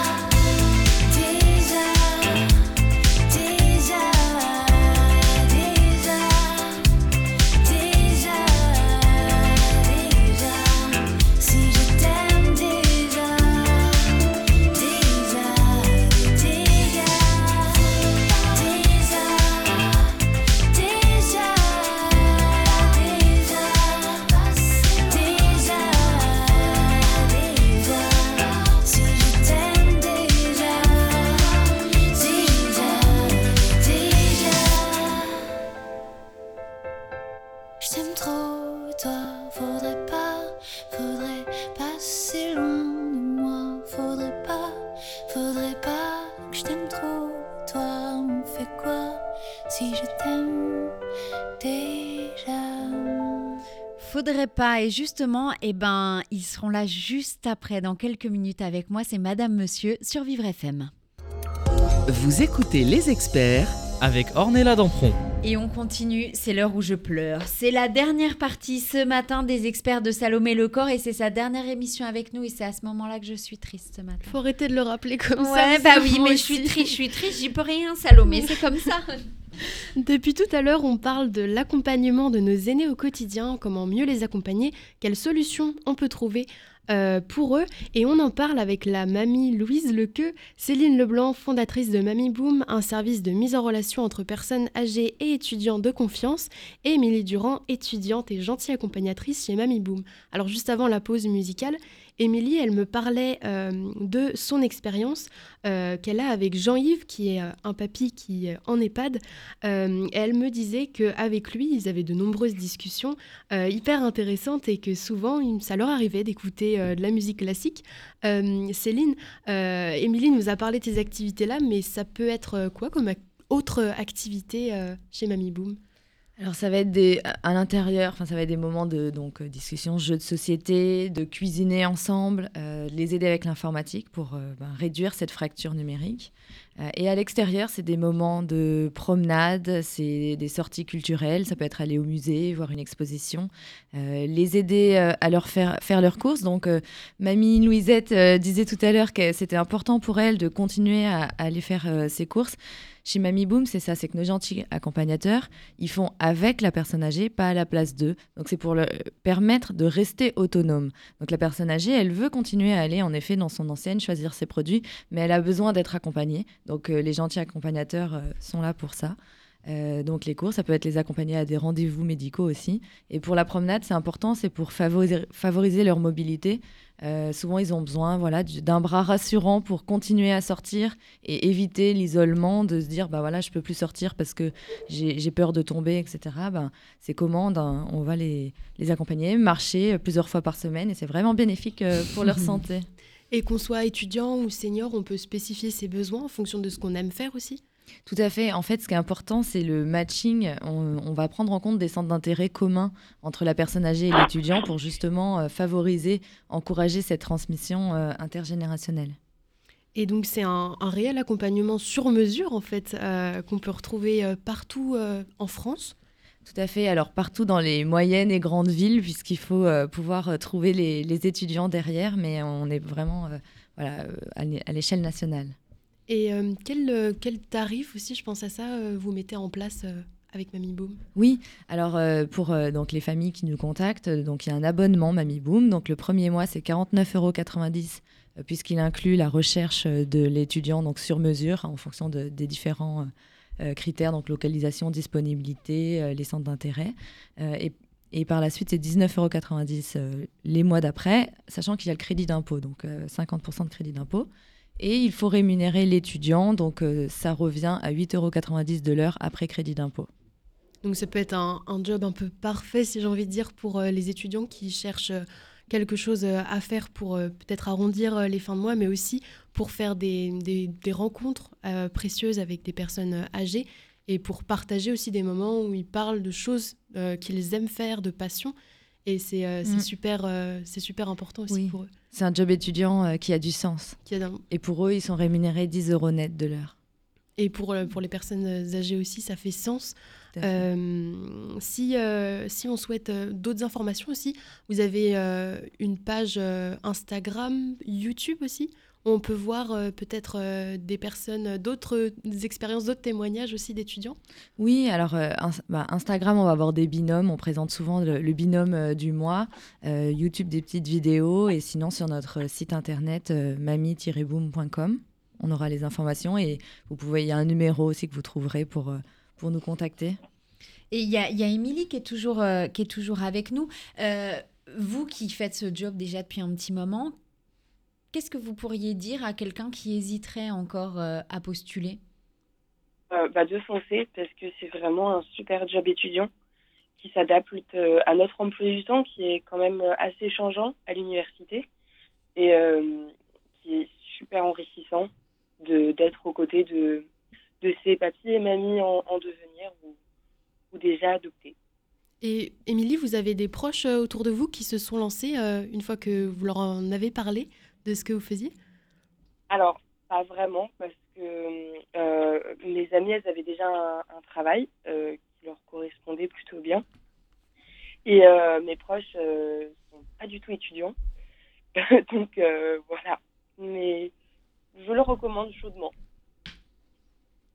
Déjà, déjà, déjà, déjà, déjà. Si je t'aime déjà, déjà, déjà, déjà, déjà, déjà, déjà, déjà. Si je t'aime déjà, déjà, déjà. Je t'aime trop, toi. Faudrait pas, faudrait passer loin de moi. Faudrait pas, faudrait pas que je t'aime trop, toi. On fait quoi si je t'aime déjà? Faudrait pas. Et justement, eh ben, ils seront là juste après, dans quelques minutes avec moi. C'est Madame Monsieur sur Vivre F M. Vous écoutez Les Experts avec Ornella Dampron. Et on continue, c'est l'heure où je pleure. C'est la dernière partie ce matin des experts de Salomé Lecor et c'est sa dernière émission avec nous et c'est à ce moment-là que je suis triste ce matin. Faut arrêter de le rappeler comme ça. Ouais, bah oui, moi mais je aussi. suis triste, je suis triste, j'y peux rien Salomé, c'est comme ça. Depuis tout à l'heure, on parle de l'accompagnement de nos aînés au quotidien, comment mieux les accompagner, quelles solutions on peut trouver euh, pour eux. Et on en parle avec la mamie Louise Lequeux, Céline Leblanc, fondatrice de Mamie Boom, un service de mise en relation entre personnes âgées et étudiants de confiance, et Émilie Durand, étudiante et gentille accompagnatrice chez Mamie Boom. Alors juste avant la pause musicale, Émilie, elle me parlait euh, de son expérience euh, qu'elle a avec Jean-Yves, qui est euh, un papy qui est en EHPAD. Euh, et elle me disait qu'avec lui, ils avaient de nombreuses discussions euh, hyper intéressantes et que souvent, il- ça leur arrivait d'écouter euh, de la musique classique. Euh, Céline, euh, Émilie nous a parlé de ces activités-là, mais ça peut être euh, quoi comme ac- autre activité euh, chez Mamie Boom? Alors ça va être des, à l'intérieur, enfin ça va être des moments de donc euh, discussion, jeux de société, de cuisiner ensemble, euh, de les aider avec l'informatique pour euh, ben, réduire cette fracture numérique. Euh, et à l'extérieur, c'est des moments de promenade, c'est des sorties culturelles, ça peut être aller au musée, voir une exposition, euh, les aider euh, à leur faire faire leurs courses. Donc euh, Mamie Louisette euh, disait tout à l'heure que c'était important pour elle de continuer à, à aller faire euh, ses courses. Chez Mamie Boom, c'est ça, c'est que nos gentils accompagnateurs, ils font avec la personne âgée, pas à la place d'eux. Donc c'est pour leur permettre de rester autonome. Donc la personne âgée, elle veut continuer à aller en effet dans son enseigne, choisir ses produits, mais elle a besoin d'être accompagnée. Donc euh, les gentils accompagnateurs euh, sont là pour ça. Euh, donc les cours, ça peut être les accompagner à des rendez-vous médicaux aussi. Et pour la promenade, c'est important, c'est pour favoriser, favoriser leur mobilité. Euh, souvent, ils ont besoin voilà, du- d'un bras rassurant pour continuer à sortir et éviter l'isolement, de se dire bah voilà, je peux plus sortir parce que j'ai j'ai peur de tomber, et cetera. Ben, c'est comment d'un- on va les, les accompagner, marcher plusieurs fois par semaine et c'est vraiment bénéfique euh, pour leur santé. Et qu'on soit étudiant ou senior, on peut spécifier ses besoins en fonction de ce qu'on aime faire aussi? Tout à fait. En fait, ce qui est important, c'est le matching. On, on va prendre en compte des centres d'intérêt communs entre la personne âgée et l'étudiant pour justement euh, favoriser, encourager cette transmission euh, intergénérationnelle. Et donc c'est un, un réel accompagnement sur mesure en fait euh, qu'on peut retrouver euh, partout euh, en France. Tout à fait. Alors partout dans les moyennes et grandes villes, puisqu'il faut euh, pouvoir euh, trouver les, les étudiants derrière, mais on est vraiment euh, voilà, euh, à l'é- à l'échelle nationale. Et euh, quel, euh, quel tarif aussi, je pense à ça, euh, vous mettez en place euh, avec Mamie Boom? Oui, alors euh, pour euh, donc les familles qui nous contactent, euh, donc il y a un abonnement Mamie Boom. Donc le premier mois, c'est quarante-neuf euros quatre-vingt-dix euh, puisqu'il inclut la recherche euh, de l'étudiant donc sur mesure en fonction de- des différents euh, euh, critères, donc localisation, disponibilité, euh, les centres d'intérêt. Euh, et, et par la suite, c'est dix-neuf euros quatre-vingt-dix euh, les mois d'après, sachant qu'il y a le crédit d'impôt, donc euh, cinquante pour cent de crédit d'impôt. Et il faut rémunérer l'étudiant, donc euh, ça revient à huit euros quatre-vingt-dix de l'heure après crédit d'impôt. Donc ça peut être un, un job un peu parfait, si j'ai envie de dire, pour euh, les étudiants qui cherchent euh, quelque chose euh, à faire pour euh, peut-être arrondir euh, les fins de mois, mais aussi pour faire des, des- des rencontres euh, précieuses avec des personnes euh, âgées et pour partager aussi des moments où ils parlent de choses euh, qu'ils aiment faire, de passion. Et c'est euh, c'est Mm. super, euh, c'est super important aussi Oui. pour eux. C'est un job étudiant euh, qui a du sens. Qui a d'un- Et pour eux, ils sont rémunérés dix euros net de l'heure. Et pour, euh, pour les personnes âgées aussi, ça fait sens. Tout à fait. Euh, si, euh, si on souhaite euh, d'autres informations aussi, vous avez euh, une page euh, Instagram, YouTube aussi, où on peut voir euh, peut-être euh, des personnes, d'autres des expériences, d'autres témoignages aussi d'étudiants. Oui, alors euh, ins- bah, Instagram, on va avoir des binômes. On présente souvent le, le binôme euh, du mois. Euh, YouTube, des petites vidéos. Et sinon, sur notre site internet euh, mamie tiret boom point com, on aura les informations. Et vous pouvez, il y a un numéro aussi que vous trouverez pour, euh, pour nous contacter. Et il y a, il y a Émilie qui est toujours, euh, qui est toujours avec nous. Euh, vous qui faites ce job déjà depuis un petit moment, qu'est-ce que vous pourriez dire à quelqu'un qui hésiterait encore euh, à postuler? Euh, bah, de foncer parce que c'est vraiment un super job étudiant qui s'adapte euh, à notre emploi du temps qui est quand même euh, assez changeant à l'université et euh, qui est super enrichissant de d'être aux côtés de, de ses papis et mamies en, en devenir ou, ou déjà adoptés. Et Émilie, vous avez des proches euh, autour de vous qui se sont lancés euh, une fois que vous leur en avez parlé de ce que vous faisiez? Alors, pas vraiment, parce que euh, mes amies, elles avaient déjà un, un travail euh, qui leur correspondait plutôt bien. Et euh, mes proches euh, sont pas du tout étudiants. Donc, euh, voilà. Mais je le recommande chaudement.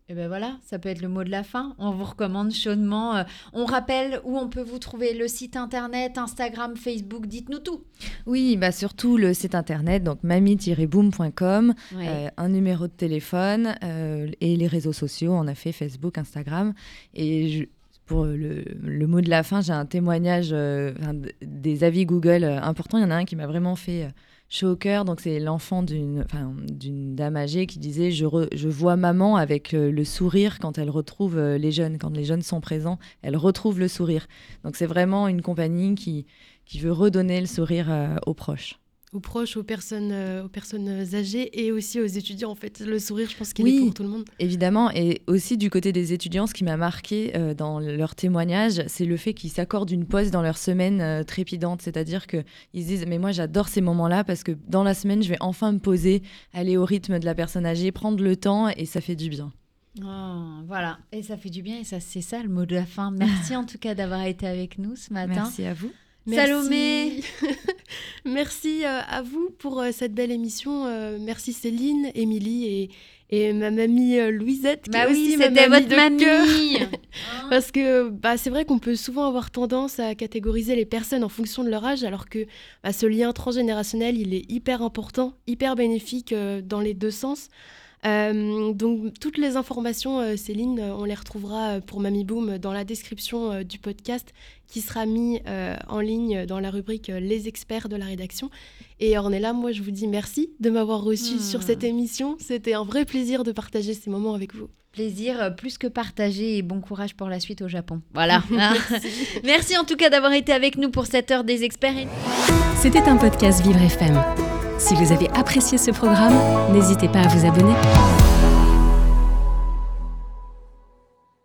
Et ben voilà, ça peut être le mot de la fin. On vous recommande chaudement. Euh, on rappelle où on peut vous trouver, le site internet, Instagram, Facebook, dites-nous tout. Oui, bah surtout le site internet, donc mamie tiret boom point com, Ouais. euh, un numéro de téléphone euh, et les réseaux sociaux. On a fait Facebook, Instagram. Et je- pour le, le mot de la fin, j'ai un témoignage euh, enfin, d- des avis Google euh, importants. Il y en a un qui m'a vraiment fait euh, chaud au cœur. Donc, c'est l'enfant d'une, enfin, d'une dame âgée qui disait je, re- je vois maman avec euh, le sourire quand elle retrouve euh, les jeunes. Quand les jeunes sont présents, elle retrouve le sourire. Donc, c'est vraiment une compagnie qui, qui veut redonner le sourire euh, aux proches. Aux proches, aux personnes, euh, aux personnes âgées et aussi aux étudiants. En fait, le sourire, je pense qu'il Oui. est pour tout le monde. Évidemment, et aussi du côté des étudiants, ce qui m'a marqué euh, dans leur témoignage, c'est le fait qu'ils s'accordent une pause dans leur semaine euh, trépidante. C'est-à-dire qu'ils se disent, mais moi j'adore ces moments-là parce que dans la semaine, je vais enfin me poser, aller au rythme de la personne âgée, prendre le temps et ça fait du bien. Oh, voilà, et ça fait du bien et ça, c'est ça le mot de la fin. Merci en tout cas d'avoir été avec nous ce matin. Merci à vous. Salomé. Merci euh, à vous pour euh, cette belle émission. Euh, merci Céline, Émilie et, et ma mamie euh, Louisette. qui Bah est oui, aussi ma c'était mamie votre de cœur. mamie. Parce que bah, c'est vrai qu'on peut souvent avoir tendance à catégoriser les personnes en fonction de leur âge, alors que bah, ce lien transgénérationnel, il est hyper important, hyper bénéfique euh, dans les deux sens. Euh, donc toutes les informations, euh, Céline, euh, on les retrouvera euh, pour Mamie Boom dans la description euh, du podcast qui sera mis euh, en ligne dans la rubrique euh, Les experts de la rédaction. Et Ornella, moi je vous dis merci de m'avoir reçue Hmm. sur cette émission. C'était un vrai plaisir de partager ces moments avec vous. Plaisir euh, plus que partagé et bon courage pour la suite au Japon. Voilà. Hein. Merci en tout cas d'avoir été avec nous pour cette heure des experts. Et- C'était un podcast Vivre F M. Si vous avez apprécié ce programme, n'hésitez pas à vous abonner.